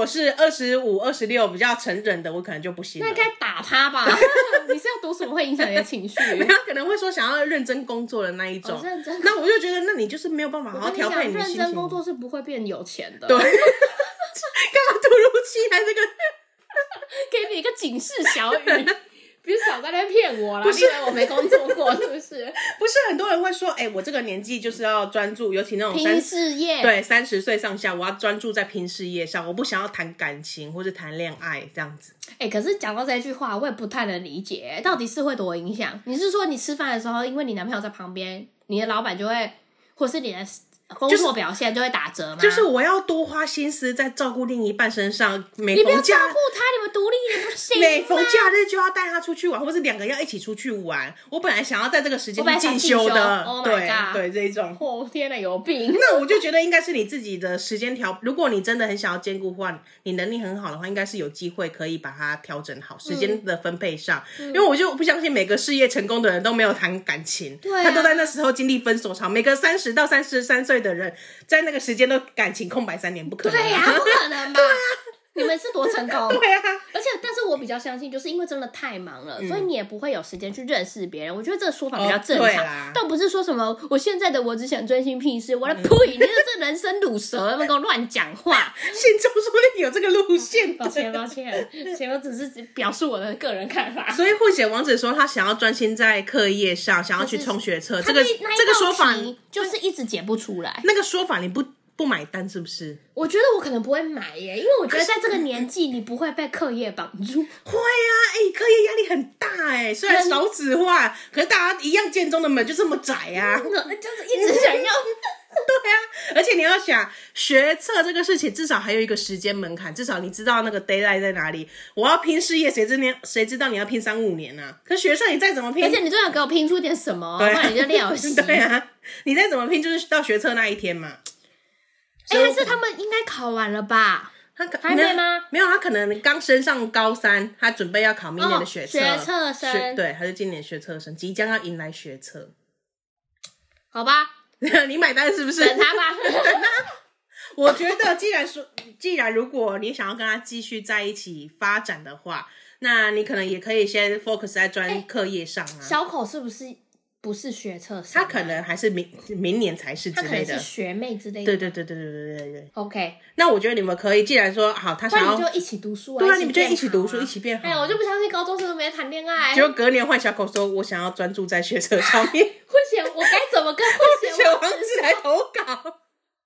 25、26比较成人的，我可能就不行了。 那该打他吧？你是要读什么会影响你的情绪？ 他可能会说想要认真工作的那一种。 认真。 那我就觉得，那你就是没有办法好好调配你的心情。 认真工作是不会变有钱的。 对。干嘛突如其来这个？ 给你一个警示小语。不是少在那骗我啦，不是因为我没工作过，是不是？ 不是很多人会说，我这个年纪就是要专注，尤其那种拼事业， 对，30岁上下，我要专注在拼事业上，我不想要谈感情或是谈恋爱这样子。 可是讲到这句话，我也不太能理解，到底是会多影响？你是说你吃饭的时候，因为你男朋友在旁边，你的老板就会，或是你的工作表现就会打折吗？ 就是我要多花心思在照顾另一半身上， 你不要照顾他，你们独立一点不行吗？ 每逢假日就要带他出去玩，或是2个要一起出去玩。我本来想要在这个时间去进修的，对这一种。 天哪，有病！ 那我就觉得应该是你自己的时间调，如果你真的很想要兼顾的话，你能力很好的话，应该是有机会可以把它调整好时间的分配上。因为我就不相信每个事业成功的人都没有谈感情，他都在那时候经历分手潮。每个30到33岁的人，在那个时间都感情空白3年，不可能。 对呀，不可能吧？对啊。你们是多成功？ 对啊， 但是我比较相信，就是因为真的太忙了，所以你也不会有时间去认识别人。我觉得这个说法比较正常，倒不是说什么我现在的我只想专心屁事。我的呸！你这人生卤蛇，有没有跟我乱讲话？ 心中说不定有这个路线。 抱歉，我只是表述我的个人看法。 所以混血王子说他想要专心在课业上，想要去冲学测，这个说法就是一直解不出来。 那个说法你不买单是不是？ 我觉得我可能不会买耶，因为我觉得在这个年纪你不会被课业绑住。 会啊，课业压力很大虽然少子化，可是大家一样建中的门就这么窄啊， 就是一直想要。 对啊，而且你要想学测这个事情，至少还有一个时间门槛，至少你知道那个 deadline 在哪里。我要拼事业，谁知道你要拼3-5年啊？可是学测你再怎么拼， 而且你最好给我拼出点什么，不然你就练习。 对啊，你再怎么拼就是到学测那一天嘛。 但是他们应该考完了吧？还没吗？ 没有，他可能刚升上高3，他准备要考明年的学测。 学测生， 对，他是今年学测生，即将要迎来学测。 好吧， 你买单是不是？ 等他吧。 等他。我觉得，既然如果你想要跟他继续在一起发展的话，那你可能也可以先 focus 在专课业上啊。 小口是不是学测生？ 他可能还是明年才是之类的，他可能是学妹之类的。 对。 OK， 那我觉得你们可以，既然说好，他想要， 不然你就一起读书啊。 对啊，你们就一起读书，一起变好。 我就不相信高中生都没谈恋爱。 结果隔年换小口说，我想要专注在学测上面。 混血，我该怎么跟混血王子来投稿？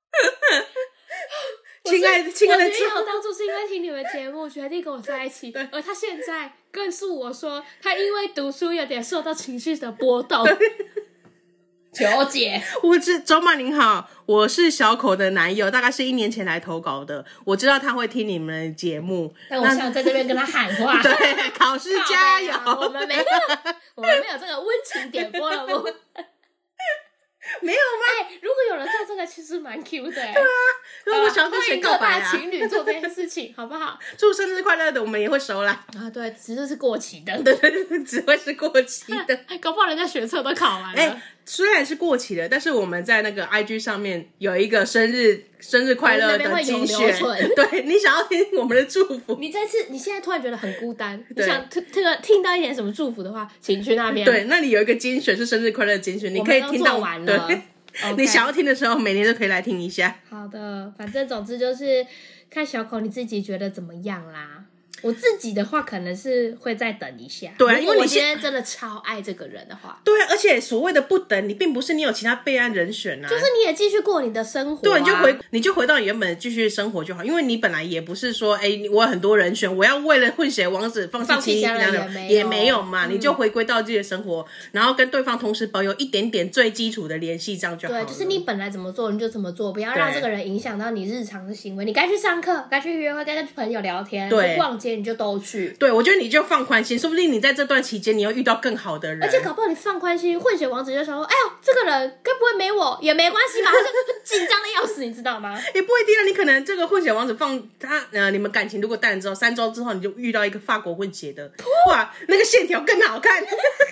亲爱的， 我女友当初是因为听你们节目决定跟我在一起，而他现在告诉我说，他因为读书有点受到情绪的波动。求解。 周曼您好，我是小口的男友，大概是1年前来投稿的。我知道他会听你们的节目， 但我想在这边跟他喊话。 对，考试加油！ 我们没有这个温情点播了不？ 没有吗？ 如果有人做这个，其实蛮 Q 的。对啊，如果我想要跟谁告白大情侣做这件事情，好不好？ 祝生日快乐的，我们也会收啦。 啊，对，只是过期的， 对，只会是过期的。 搞不好人家学测都考完了。 虽然是过期的，但是我们在那个 IG 上面有一个生日快乐的精选，对，你想要听我们的祝福， 你现在突然觉得很孤单，你想听到一点什么祝福的话，请去那边。 对，那里有一个精选是生日快乐精选，你可以听到完了。 对，okay. 你想要听的时候，每年都可以来听一下。 好的，反正总之就是看小口你自己觉得怎么样啦。我自己的话可能是会再等一下， 对， 因为我今天真的超爱这个人的话， 对，而且所谓的不等，你并不是你有其他备案人选啊， 就是你也继续过你的生活， 对，你就回到原本继续生活就好，因为你本来也不是说，我有很多人选，我要为了混血王子放弃其他人，也没有嘛，你就回归到自己的生活，然后跟对方同时保有一点点最基础的联系，这样就好了。 对，就是你本来怎么做你就怎么做，不要让这个人影响到你日常的行为。你该去上课，该去约会，该跟朋友聊天，对，逛街你就都去。 对，我觉得你就放宽心，说不定你在这段期间你又遇到更好的人， 而且搞不好你放宽心，混血王子就想说，哎呦，这个人该不会没我也没关系吧？他就紧张的要死，你知道吗？ 也不一定啊，你可能这个混血王子你们感情如果淡了之后，3周之后你就遇到一个法国混血的，哇，那个线条更好看。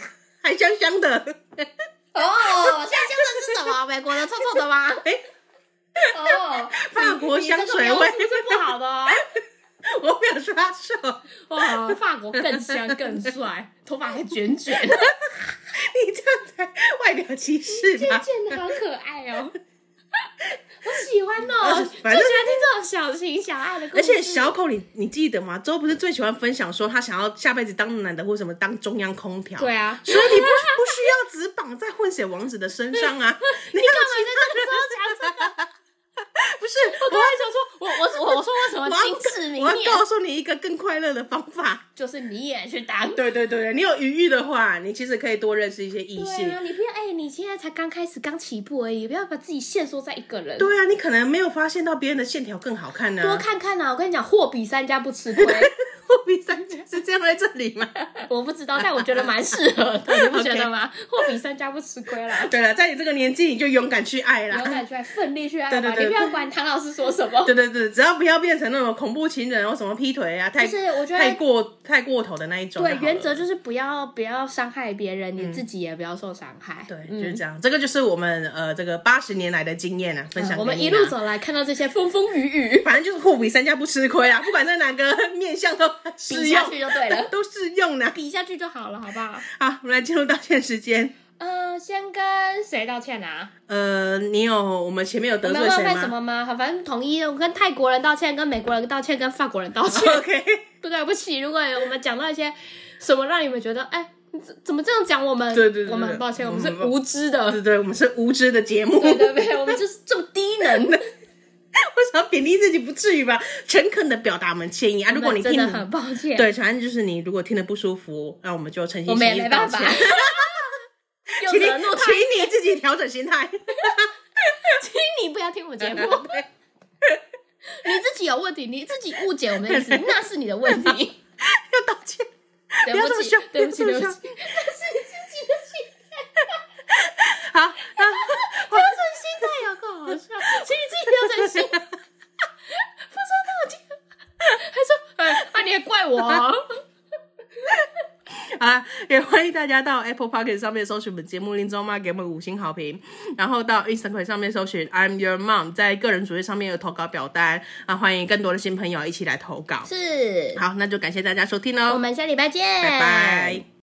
还香香的。 哦，香香的是什么？美国的臭臭的吗？哦， 法国香水味是不好的哦。 我没有说他臭。 哇，法国更香更帅，头发还卷卷。 你这样才外表歧视吧？ 剪的好可爱哦。我喜欢哦，就喜反正欢听这种小情小爱的故事。 而且小口你记得吗？周不是最喜欢分享说他想要下辈子当男的或什么当中央空调？ 对啊， 所以你不需要只绑在混血王子的身上啊！你干嘛在这个时候讲这个？ 不是， 我刚才想说，我说为什么金氏明我念？ 要告诉你一个更快乐的方法， 就是你也去当。 对对对，你有余裕的话，你其实可以多认识一些异性。 对啊，你不要你现在才刚开始刚起步而已，不要把自己限缩在一个人。 对啊，你可能没有发现到别人的线条更好看呢。 多看看啊！我跟你讲，货比三家不吃亏。 货比三家是这样在这里吗？ 我不知道，但我觉得蛮适合的，你不觉得吗？货比三家不吃亏啦。 对了，在你这个年纪，你就勇敢去爱啦， 勇敢去爱，奋力去爱吧。 对对对你不要管唐老师说什么。 对对对，只要不要变成那种恐怖情人或什么劈腿啊， 就是我觉得太过头的那一种。 对，原则就是不要伤害别人，你自己也不要受伤害。 对，就是这样。这个就是我们这个80年来的经验啊，分享给你。 我们一路走来，看到这些风风雨雨， 反正就是货比三家不吃亏啊，不管在哪个面向都适用， 比下去就对了， 都适用呢， 比下去就好了，好不好？ 好，我们来进入道歉时间。 先跟谁道歉啊？ 我们前面有得罪谁吗？ 什么吗？好，反正统一，我跟泰国人道歉，跟美国人道歉，跟法国人道歉。 OK， 不对不起，如果我们讲到一些什么让你们觉得，怎么这样讲我们？ 对对对， 我们很抱歉，我们是无知的。 对对，我们是无知的节目。 对对对，我们就是这么低能的。 为什么贬低自己？不至于吧？诚恳的表达我们歉意啊！如果你听真的很抱歉， 对，反正就是你如果听得不舒服，那我们就诚心诚意道歉。 请你自己调整心态， 请你不要听我节目。你自己有问题，你自己误解我们的意思，那是你的问题。 要道歉， 对不起，对不起，那是你自己的心态。 好， 调整心态有够好笑，请你自己调整心。不说道歉，还说你也怪我啊。 啊，也欢迎大家到 Apple Podcast 上面搜寻我们节目林州妈，给我们5星好评，然后到 Instagram 上面搜寻 I'm Your Mom， 在个人主页上面有投稿表单啊，欢迎更多的新朋友一起来投稿。 是， 好，那就感谢大家收听咯， 我们下礼拜见， 拜拜。